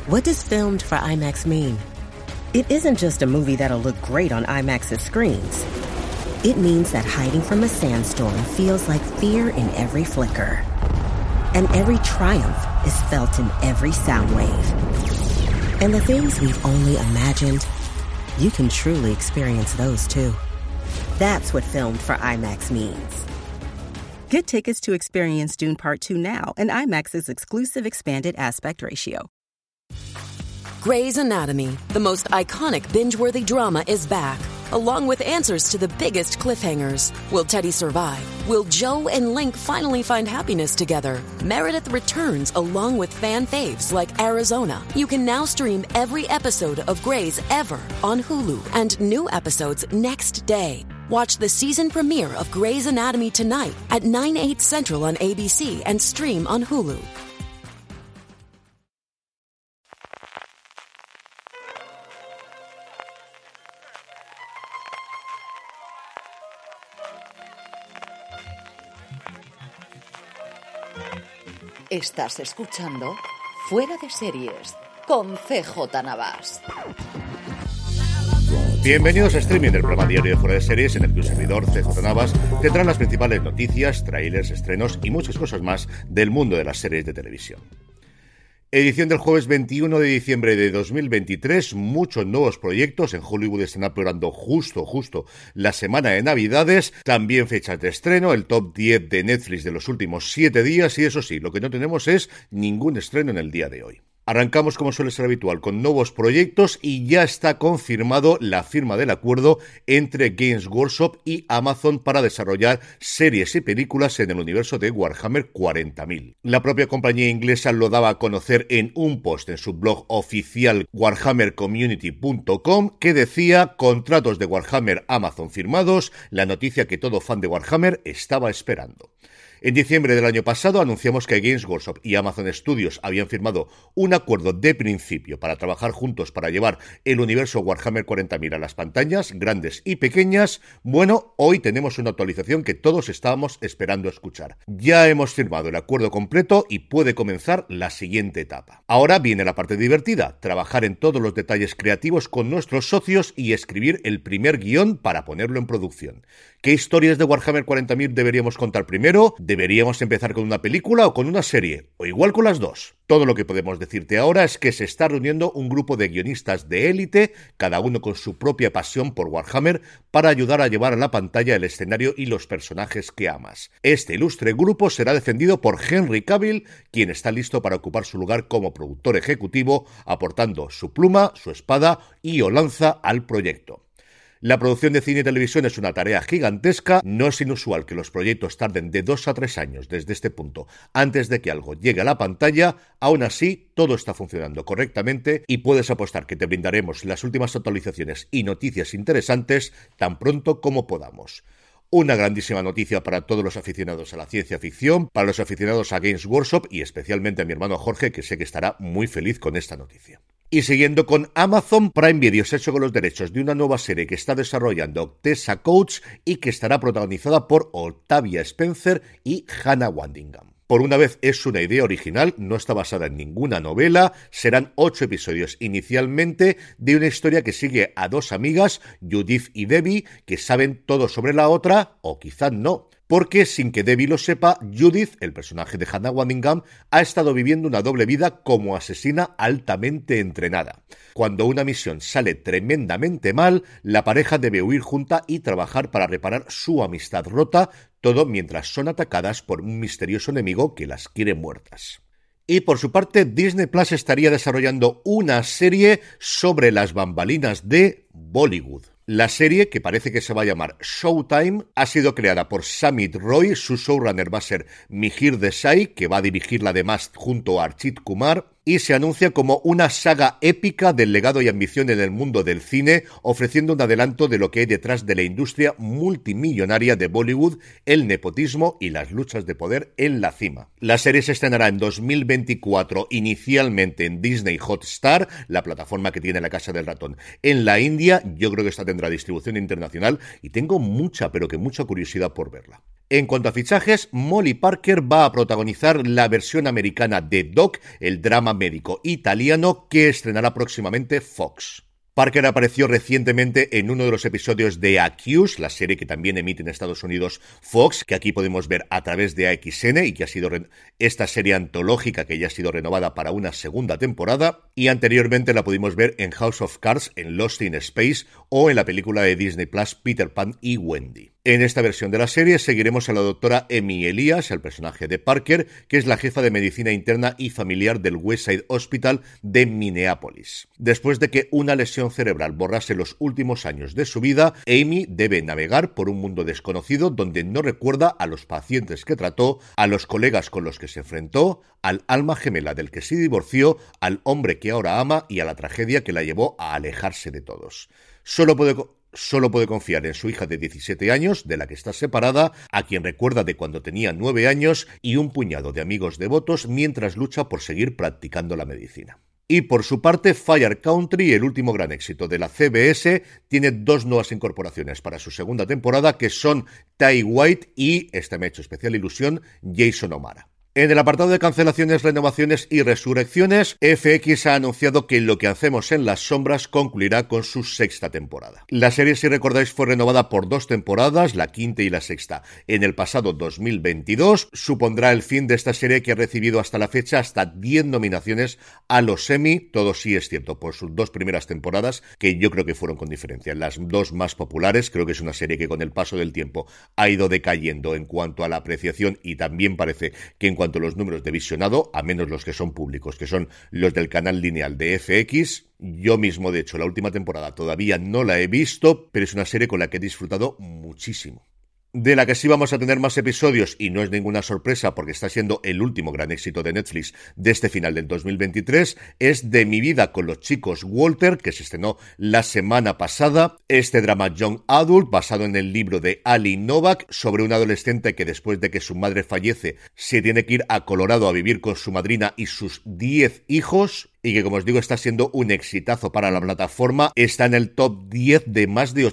What does filmed for IMAX mean? It isn't just a movie that'll look great on IMAX's screens. It means that hiding from a sandstorm feels like fear in every flicker. And every triumph is felt in every sound wave. And the things we've only imagined, you can truly experience those too. That's what filmed for IMAX means. Get tickets to experience Dune Part 2 now and IMAX's exclusive expanded aspect ratio. Grey's Anatomy, the most iconic binge-worthy drama, is back, along with answers to the biggest cliffhangers. Will Teddy survive? Will Joe and Link finally find happiness together? Meredith returns along with fan faves like Arizona. You can now stream every episode of Grey's ever on Hulu, and new episodes next day. Watch the season premiere of Grey's Anatomy tonight at 9/8 Central on ABC and stream on Hulu. Estás escuchando Fuera de Series con CJ Navas. Bienvenidos a Streaming, el programa diario de Fuera de Series, en el que un servidor, CJ Navas, tendrá las principales noticias, trailers, estrenos y muchas cosas más del mundo de las series de televisión. Edición del jueves 21 de diciembre de 2023, muchos nuevos proyectos. En Hollywood están apurando justo la semana de Navidades, también fechas de estreno, el top 10 de Netflix de los últimos 7 días y eso sí, lo que no tenemos es ningún estreno en el día de hoy. Arrancamos, como suele ser habitual, con nuevos proyectos y ya está confirmado la firma del acuerdo entre Games Workshop y Amazon para desarrollar series y películas en el universo de Warhammer 40.000. La propia compañía inglesa lo daba a conocer en un post en su blog oficial warhammercommunity.com que decía: contratos de Warhammer Amazon firmados, la noticia que todo fan de Warhammer estaba esperando. En diciembre del año pasado anunciamos que Games Workshop y Amazon Studios habían firmado un acuerdo de principio para trabajar juntos para llevar el universo Warhammer 40.000 a las pantallas, grandes y pequeñas. Bueno, hoy tenemos una actualización que todos estábamos esperando escuchar. Ya hemos firmado el acuerdo completo y puede comenzar la siguiente etapa. Ahora viene la parte divertida, trabajar en todos los detalles creativos con nuestros socios y escribir el primer guión para ponerlo en producción. ¿Qué historias de Warhammer 40.000 deberíamos contar primero? ¿Deberíamos empezar con una película o con una serie? ¿O igual con las dos? Todo lo que podemos decirte ahora es que se está reuniendo un grupo de guionistas de élite, cada uno con su propia pasión por Warhammer, para ayudar a llevar a la pantalla el escenario y los personajes que amas. Este ilustre grupo será defendido por Henry Cavill, quien está listo para ocupar su lugar como productor ejecutivo, aportando su pluma, su espada y o lanza al proyecto. La producción de cine y televisión es una tarea gigantesca. No es inusual que los proyectos tarden de 2 a 3 años desde este punto antes de que algo llegue a la pantalla. Aún así, todo está funcionando correctamente y puedes apostar que te brindaremos las últimas actualizaciones y noticias interesantes tan pronto como podamos. Una grandísima noticia para todos los aficionados a la ciencia ficción, para los aficionados a Games Workshop y especialmente a mi hermano Jorge, que sé que estará muy feliz con esta noticia. Y siguiendo con Amazon Prime Video, se ha hecho con los derechos de una nueva serie que está desarrollando Tessa Coates y que estará protagonizada por Octavia Spencer y Hannah Waddingham. Por una vez es una idea original, no está basada en ninguna novela, serán 8 episodios inicialmente de una historia que sigue a 2 amigas, Judith y Debbie, que saben todo sobre la otra, o quizás no. Porque, sin que Debbie lo sepa, Judith, el personaje de Hannah Waddingham, ha estado viviendo una doble vida como asesina altamente entrenada. Cuando una misión sale tremendamente mal, la pareja debe huir junta y trabajar para reparar su amistad rota, todo mientras son atacadas por un misterioso enemigo que las quiere muertas. Y por su parte, Disney Plus estaría desarrollando una serie sobre las bambalinas de Bollywood. La serie, que parece que se va a llamar Showtime, ha sido creada por Samit Roy. Su showrunner va a ser Mihir Desai, que va a dirigirla además junto a Archit Kumar, y se anuncia como una saga épica del legado y ambición en el mundo del cine, ofreciendo un adelanto de lo que hay detrás de la industria multimillonaria de Bollywood, el nepotismo y las luchas de poder en la cima. La serie se estrenará en 2024, inicialmente en Disney Hotstar, la plataforma que tiene La Casa del Ratón en la India. Yo creo que esta tendrá distribución internacional y tengo mucha, pero que mucha curiosidad por verla. En cuanto a fichajes, Molly Parker va a protagonizar la versión americana de Doc, el drama médico italiano que estrenará próximamente Fox. Parker apareció recientemente en uno de los episodios de Accused, la serie que también emite en Estados Unidos Fox, que aquí podemos ver a través de AXN y que ha sido esta serie antológica que ya ha sido renovada para una segunda temporada, y anteriormente la pudimos ver en House of Cards, en Lost in Space o en la película de Disney Plus Peter Pan y Wendy. En esta versión de la serie seguiremos a la doctora Amy Elias, el personaje de Parker, que es la jefa de medicina interna y familiar del Westside Hospital de Minneapolis. Después de que una lesión cerebral borrase los últimos años de su vida, Amy debe navegar por un mundo desconocido donde no recuerda a los pacientes que trató, a los colegas con los que se enfrentó, al alma gemela del que se divorció, al hombre que ahora ama y a la tragedia que la llevó a alejarse de todos. Solo puede confiar en su hija de 17 años, de la que está separada, a quien recuerda de cuando tenía 9 años, y un puñado de amigos devotos mientras lucha por seguir practicando la medicina. Y por su parte, Fire Country, el último gran éxito de la CBS, tiene 2 nuevas incorporaciones para su segunda temporada, que son Ty White y, esta me ha hecho especial ilusión, Jason O'Mara. En el apartado de cancelaciones, renovaciones y resurrecciones, FX ha anunciado que Lo que hacemos en las sombras concluirá con su 6ª temporada. La serie, si recordáis, fue renovada por 2 temporadas, la 5ª y la 6ª, en el pasado 2022. Supondrá el fin de esta serie que ha recibido hasta la fecha hasta 10 nominaciones a los Emmy, todo sí es cierto, por sus 2 primeras temporadas, que yo creo que fueron con diferencia las 2 más populares. Creo que es una serie que con el paso del tiempo ha ido decayendo en cuanto a la apreciación y también parece que en cuanto a los números de visionado, a menos los que son públicos, que son los del canal lineal de FX. Yo mismo, de hecho, la última temporada todavía no la he visto, pero es una serie con la que he disfrutado muchísimo. De la que sí vamos a tener más episodios, y no es ninguna sorpresa porque está siendo el último gran éxito de Netflix de este final del 2023, es De mi vida con los chicos Walter, que se estrenó la semana pasada. Este drama young adult, basado en el libro de Ali Novak, sobre un adolescente que después de que su madre fallece, se tiene que ir a Colorado a vivir con su madrina y sus 10 hijos, y que, como os digo, está siendo un exitazo para la plataforma. Está en el top 10 de más de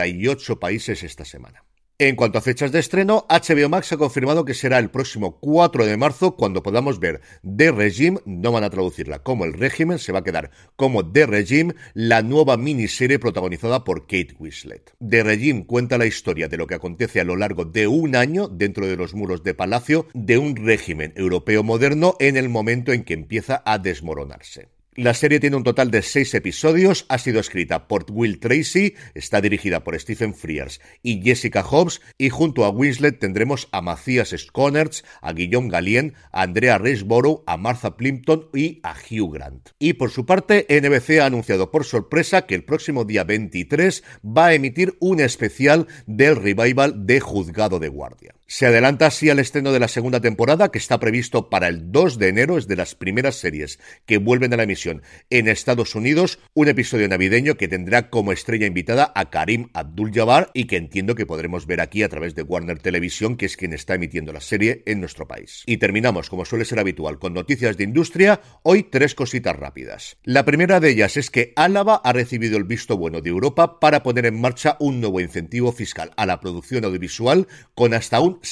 88 países esta semana. En cuanto a fechas de estreno, HBO Max ha confirmado que será el próximo 4 de marzo cuando podamos ver The Regime, no van a traducirla como El Régimen, se va a quedar como The Regime, la nueva miniserie protagonizada por Kate Winslet. The Regime cuenta la historia de lo que acontece a lo largo de un año dentro de los muros de Palacio de un régimen europeo moderno en el momento en que empieza a desmoronarse. La serie tiene un total de 6 episodios, ha sido escrita por Will Tracy, está dirigida por Stephen Frears y Jessica Hobbs, y junto a Winslet tendremos a Matthias Schoenaerts, a Guillaume Gallienne, a Andrea Riseborough, a Martha Plimpton y a Hugh Grant. Y por su parte, NBC ha anunciado por sorpresa que el próximo día 23 va a emitir un especial del revival de Juzgado de Guardia. Se adelanta así al estreno de la segunda temporada, que está previsto para el 2 de enero, es de las primeras series que vuelven a la emisión en Estados Unidos, un episodio navideño que tendrá como estrella invitada a Karim Abdul-Jabbar y que entiendo que podremos ver aquí a través de Warner Televisión, que es quien está emitiendo la serie en nuestro país. Y terminamos, como suele ser habitual, con noticias de industria. Hoy 3 cositas rápidas. La primera de ellas es que Álava ha recibido el visto bueno de Europa para poner en marcha un nuevo incentivo fiscal a la producción audiovisual con hasta un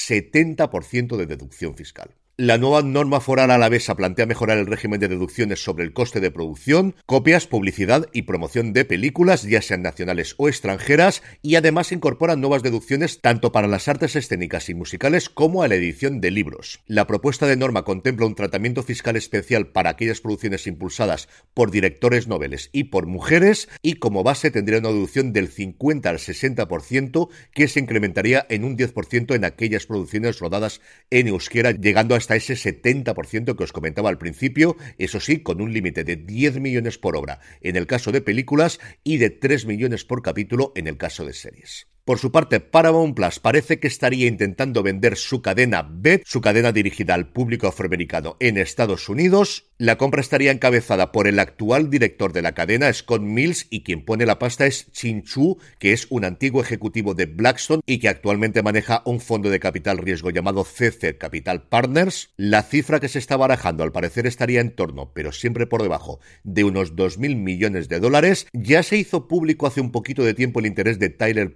70% de deducción fiscal. La nueva norma foral alavesa plantea mejorar el régimen de deducciones sobre el coste de producción, copias, publicidad y promoción de películas, ya sean nacionales o extranjeras, y además incorpora nuevas deducciones tanto para las artes escénicas y musicales como a la edición de libros. La propuesta de norma contempla un tratamiento fiscal especial para aquellas producciones impulsadas por directores noveles y por mujeres, y como base tendría una deducción del 50 al 60% que se incrementaría en un 10% en aquellas producciones rodadas en euskera, llegando hasta ese 70% que os comentaba al principio, eso sí, con un límite de 10 millones por obra en el caso de películas y de 3 millones por capítulo en el caso de series. Por su parte, Paramount Plus parece que estaría intentando vender su cadena BET, su cadena dirigida al público afroamericano en Estados Unidos. La compra estaría encabezada por el actual director de la cadena, Scott Mills, y quien pone la pasta es Chin Chu, que es un antiguo ejecutivo de Blackstone y que actualmente maneja un fondo de capital riesgo llamado CZ Capital Partners. La cifra que se está barajando al parecer estaría en torno, pero siempre por debajo, de unos $2.000 millones. Ya se hizo público hace un poquito de tiempo el interés de Tyler Perry por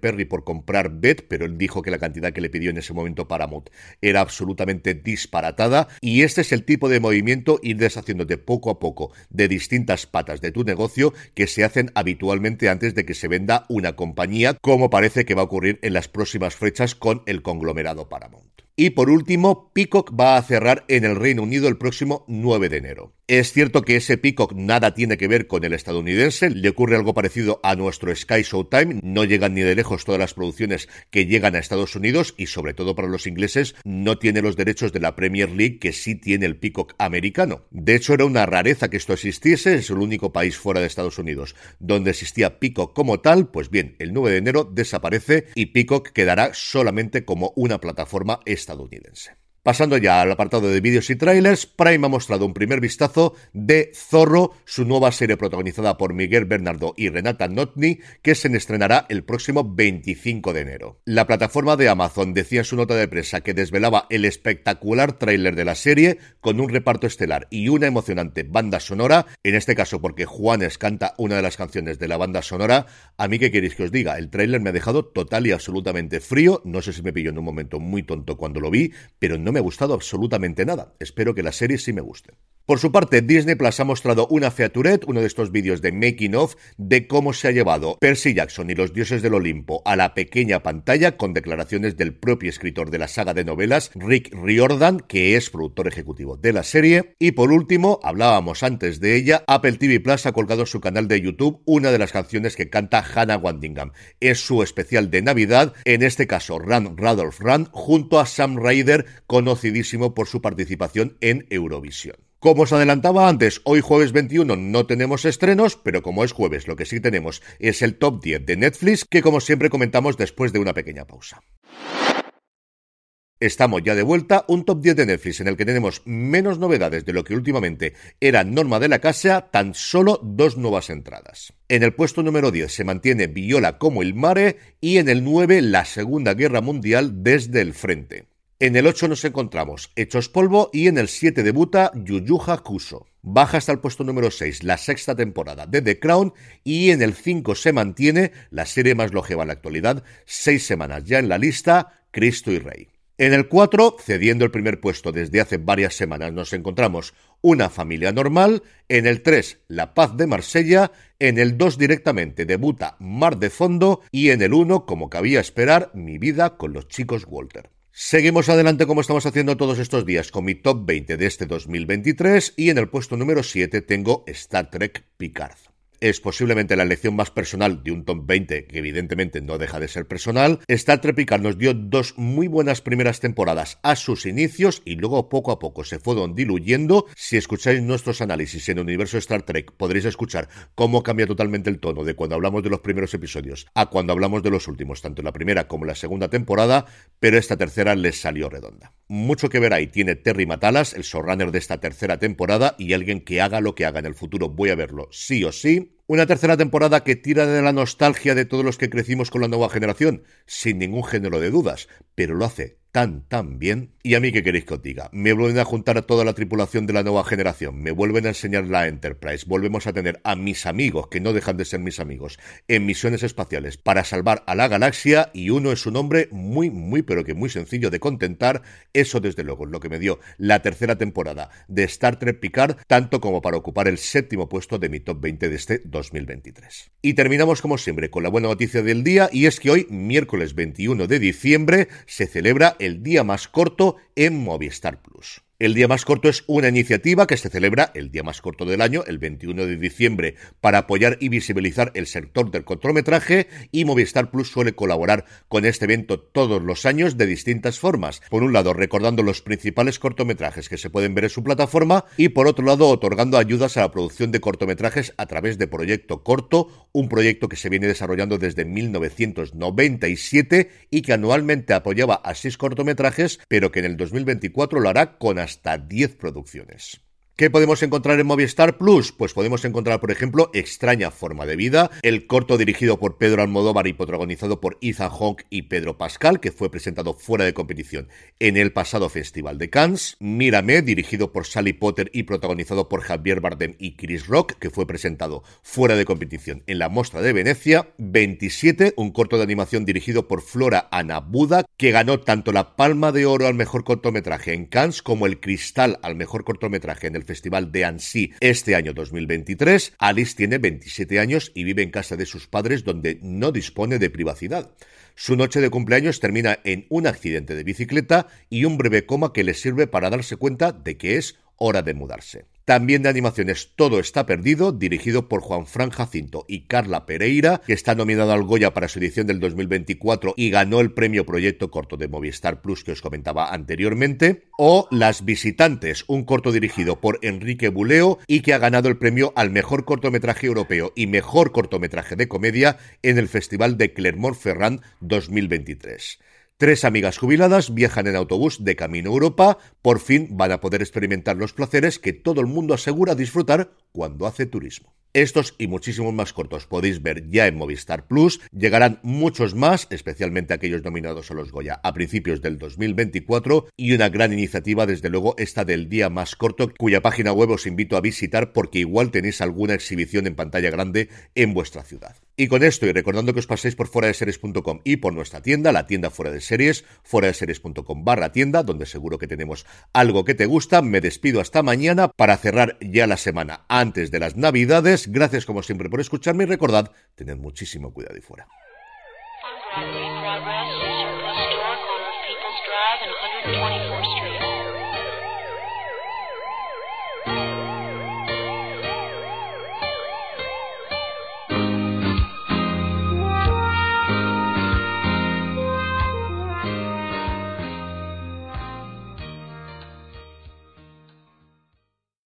por comprar Bet, pero él dijo que la cantidad que le pidió en ese momento Paramount era absolutamente disparatada, y este es el tipo de movimiento, ir deshaciéndote poco a poco de distintas patas de tu negocio que se hacen habitualmente antes de que se venda una compañía, como parece que va a ocurrir en las próximas fechas con el conglomerado Paramount. Y por último, Peacock va a cerrar en el Reino Unido el próximo 9 de enero. Es cierto que ese Peacock nada tiene que ver con el estadounidense, le ocurre algo parecido a nuestro Sky Showtime, no llegan ni de lejos todas las producciones que llegan a Estados Unidos y sobre todo para los ingleses no tiene los derechos de la Premier League que sí tiene el Peacock americano. De hecho era una rareza que esto existiese, es el único país fuera de Estados Unidos donde existía Peacock como tal. Pues bien, el 9 de enero desaparece y Peacock quedará solamente como una plataforma estadounidense. Pasando ya al apartado de vídeos y trailers, Prime ha mostrado un primer vistazo de Zorro, su nueva serie protagonizada por Miguel Bernardo y Renata Notni, que se estrenará el próximo 25 de enero. La plataforma de Amazon decía en su nota de prensa que desvelaba el espectacular tráiler de la serie, con un reparto estelar y una emocionante banda sonora, en este caso porque Juanes canta una de las canciones de la banda sonora. A mí, ¿qué queréis que os diga? El tráiler me ha dejado total y absolutamente frío, no sé si me pilló en un momento muy tonto cuando lo vi, pero no me ha gustado absolutamente nada. Espero que la serie sí me guste. Por su parte, Disney Plus ha mostrado una featurette, uno de estos vídeos de making of, de cómo se ha llevado Percy Jackson y los dioses del Olimpo a la pequeña pantalla, con declaraciones del propio escritor de la saga de novelas, Rick Riordan, que es productor ejecutivo de la serie. Y por último, hablábamos antes de ella, Apple TV Plus ha colgado en su canal de YouTube una de las canciones que canta Hannah Waddingham. Es su especial de Navidad, en este caso Run Rudolph Run, junto a Sam Ryder, conocidísimo por su participación en Eurovisión. Como os adelantaba antes, hoy jueves 21 no tenemos estrenos, pero como es jueves, lo que sí tenemos es el top 10 de Netflix, que como siempre comentamos después de una pequeña pausa. Estamos ya de vuelta, un top 10 de Netflix en el que tenemos menos novedades de lo que últimamente era norma de la casa, tan solo 2 nuevas entradas. En el puesto número 10 se mantiene Viola como il mare y en el 9 la Segunda Guerra Mundial desde el frente. En el 8 nos encontramos Hechos polvo y en el 7 debuta Yu Yu Hakusho. Baja hasta el puesto número 6 la sexta temporada de The Crown y en el 5 se mantiene la serie más longeva en la actualidad, 6 semanas ya en la lista, Cristo y Rey. En el 4, cediendo el primer puesto desde hace varias semanas, nos encontramos Una familia normal. En el 3, La paz de Marsella. En el 2 directamente debuta Mar de fondo y en el 1, como cabía esperar, Mi vida con los chicos Walter. Seguimos adelante como estamos haciendo todos estos días con mi top 20 de este 2023 y en el puesto número 7 tengo Star Trek Picard. Es posiblemente la elección más personal de un top 20, que evidentemente no deja de ser personal. Star Trek Picard nos dio 2 muy buenas primeras temporadas a sus inicios y luego poco a poco se fueron diluyendo. Si escucháis nuestros análisis en el universo Star Trek, podréis escuchar cómo cambia totalmente el tono de cuando hablamos de los primeros episodios a cuando hablamos de los últimos, tanto en la primera como en la segunda temporada, pero esta tercera les salió redonda. Mucho que ver ahí tiene Terry Matalas, el showrunner de esta tercera temporada, y alguien que haga lo que haga en el futuro voy a verlo sí o sí. Una tercera temporada que tira de la nostalgia de todos los que crecimos con la nueva generación, sin ningún género de dudas, pero lo hace tan bien. Y a mí, ¿qué queréis que os diga? Me vuelven a juntar a toda la tripulación de la nueva generación, me vuelven a enseñar la Enterprise, volvemos a tener a mis amigos, que no dejan de ser mis amigos, en misiones espaciales para salvar a la galaxia, y uno es un hombre muy pero que muy sencillo de contentar. Eso desde luego es lo que me dio la tercera temporada de Star Trek Picard, tanto como para ocupar el 7º puesto de mi top 20 de este 2023. Y terminamos como siempre con la buena noticia del día, y es que hoy, miércoles 21 de diciembre, se celebra el día más corto en Movistar Plus. El Día Más Corto es una iniciativa que se celebra el día más corto del año, el 21 de diciembre, para apoyar y visibilizar el sector del cortometraje, y Movistar Plus suele colaborar con este evento todos los años de distintas formas. Por un lado, recordando los principales cortometrajes que se pueden ver en su plataforma, y por otro lado, otorgando ayudas a la producción de cortometrajes a través de Proyecto Corto, un proyecto que se viene desarrollando desde 1997 y que anualmente apoyaba a 6 cortometrajes, pero que en el 2024 lo hará con hasta 10 producciones. ¿Qué podemos encontrar en Movistar Plus? Pues podemos encontrar, por ejemplo, Extraña forma de vida, el corto dirigido por Pedro Almodóvar y protagonizado por Ethan Hawke y Pedro Pascal, que fue presentado fuera de competición en el pasado Festival de Cannes. Mírame, dirigido por Sally Potter y protagonizado por Javier Bardem y Chris Rock, que fue presentado fuera de competición en la Mostra de Venecia. 27, un corto de animación dirigido por Flora Anabuda, que ganó tanto la Palma de Oro al mejor cortometraje en Cannes como el Cristal al mejor cortometraje en el Festival de Annecy este año 2023. Alice tiene 27 años y vive en casa de sus padres, donde no dispone de privacidad. Su noche de cumpleaños termina en un accidente de bicicleta y un breve coma que le sirve para darse cuenta de que es hora de mudarse. También de animaciones Todo está perdido, dirigido por Juanfran Jacinto y Carla Pereira, que está nominado al Goya para su edición del 2024 y ganó el premio Proyecto Corto de Movistar Plus que os comentaba anteriormente. O Las visitantes, un corto dirigido por Enrique Buleo y que ha ganado el premio al mejor cortometraje europeo y mejor cortometraje de comedia en el Festival de Clermont-Ferrand 2023. 3 amigas jubiladas viajan en autobús de camino a Europa. Por fin van a poder experimentar los placeres que todo el mundo asegura disfrutar cuando hace turismo. Estos y muchísimos más cortos podéis ver ya en Movistar Plus. Llegarán muchos más, especialmente aquellos nominados a los Goya a principios del 2024, y una gran iniciativa, desde luego, esta del Día Más Corto, cuya página web os invito a visitar porque igual tenéis alguna exhibición en pantalla grande en vuestra ciudad. Y con esto, y recordando que os paséis por fueradeseries.com y por nuestra tienda, la tienda Fuera de Series, fueradeseries.com/tienda, donde seguro que tenemos algo que te gusta. Me despido hasta mañana para cerrar ya la semana antes de las Navidades. Gracias como siempre por escucharme y recordad, tened muchísimo cuidado ahí fuera. On Broadway, Progress, Historic on People's Drive and 124th Street.